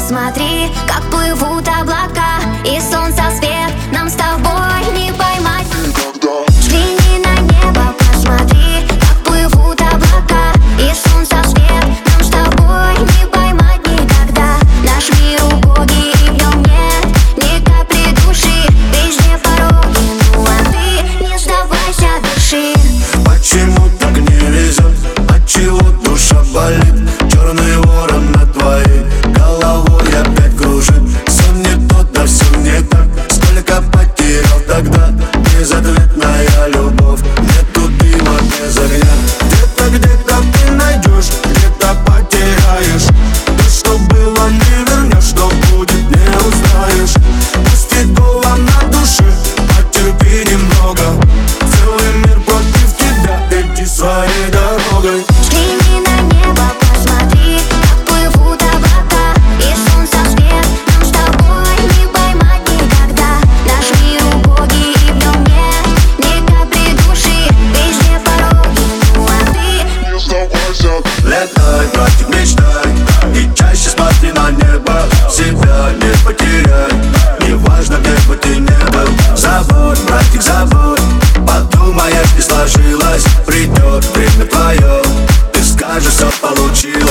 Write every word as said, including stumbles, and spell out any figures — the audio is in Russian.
посмотри, как плывут облака, и солнца свет нам с тобой не поймать никогда. Взгляни на небо, посмотри, как плывут облака, и солнца свет нам с тобой не поймать никогда. Наш мир убогий, и в нем нет ни капли души, везде пороги, ну а ты не сдавайся, дыши. Почему так не везет? Отчего душа болит? Черный ворон над твоей головой опять кружит. Сон не тот, да все не так. Сколько потерял тогда? Безответная любовь. Нету дыма без огня. Где-то, где-то ты найдешь, где-то потеряешь. То, что было, не вернешь, что будет, не узнаешь. Пусть и голо на душе, потерпи немного. Целый мир против тебя, иди своей дорогой. Взгляни на небо, посмотри, как плывут облака, и солнца свет нам с тобой не поймать никогда. Наш мир убогий, и в нем нет ни капли души, везде пороги, ну а ты не сдавайся. Летай, братик, мечтай, и чаще смотри на небо. Себя не потеряй, неважно, где бы ты не был. Забудь, братик, забудь, подумай, если сложилось. Придет время твое, ты скажешь, все получилось.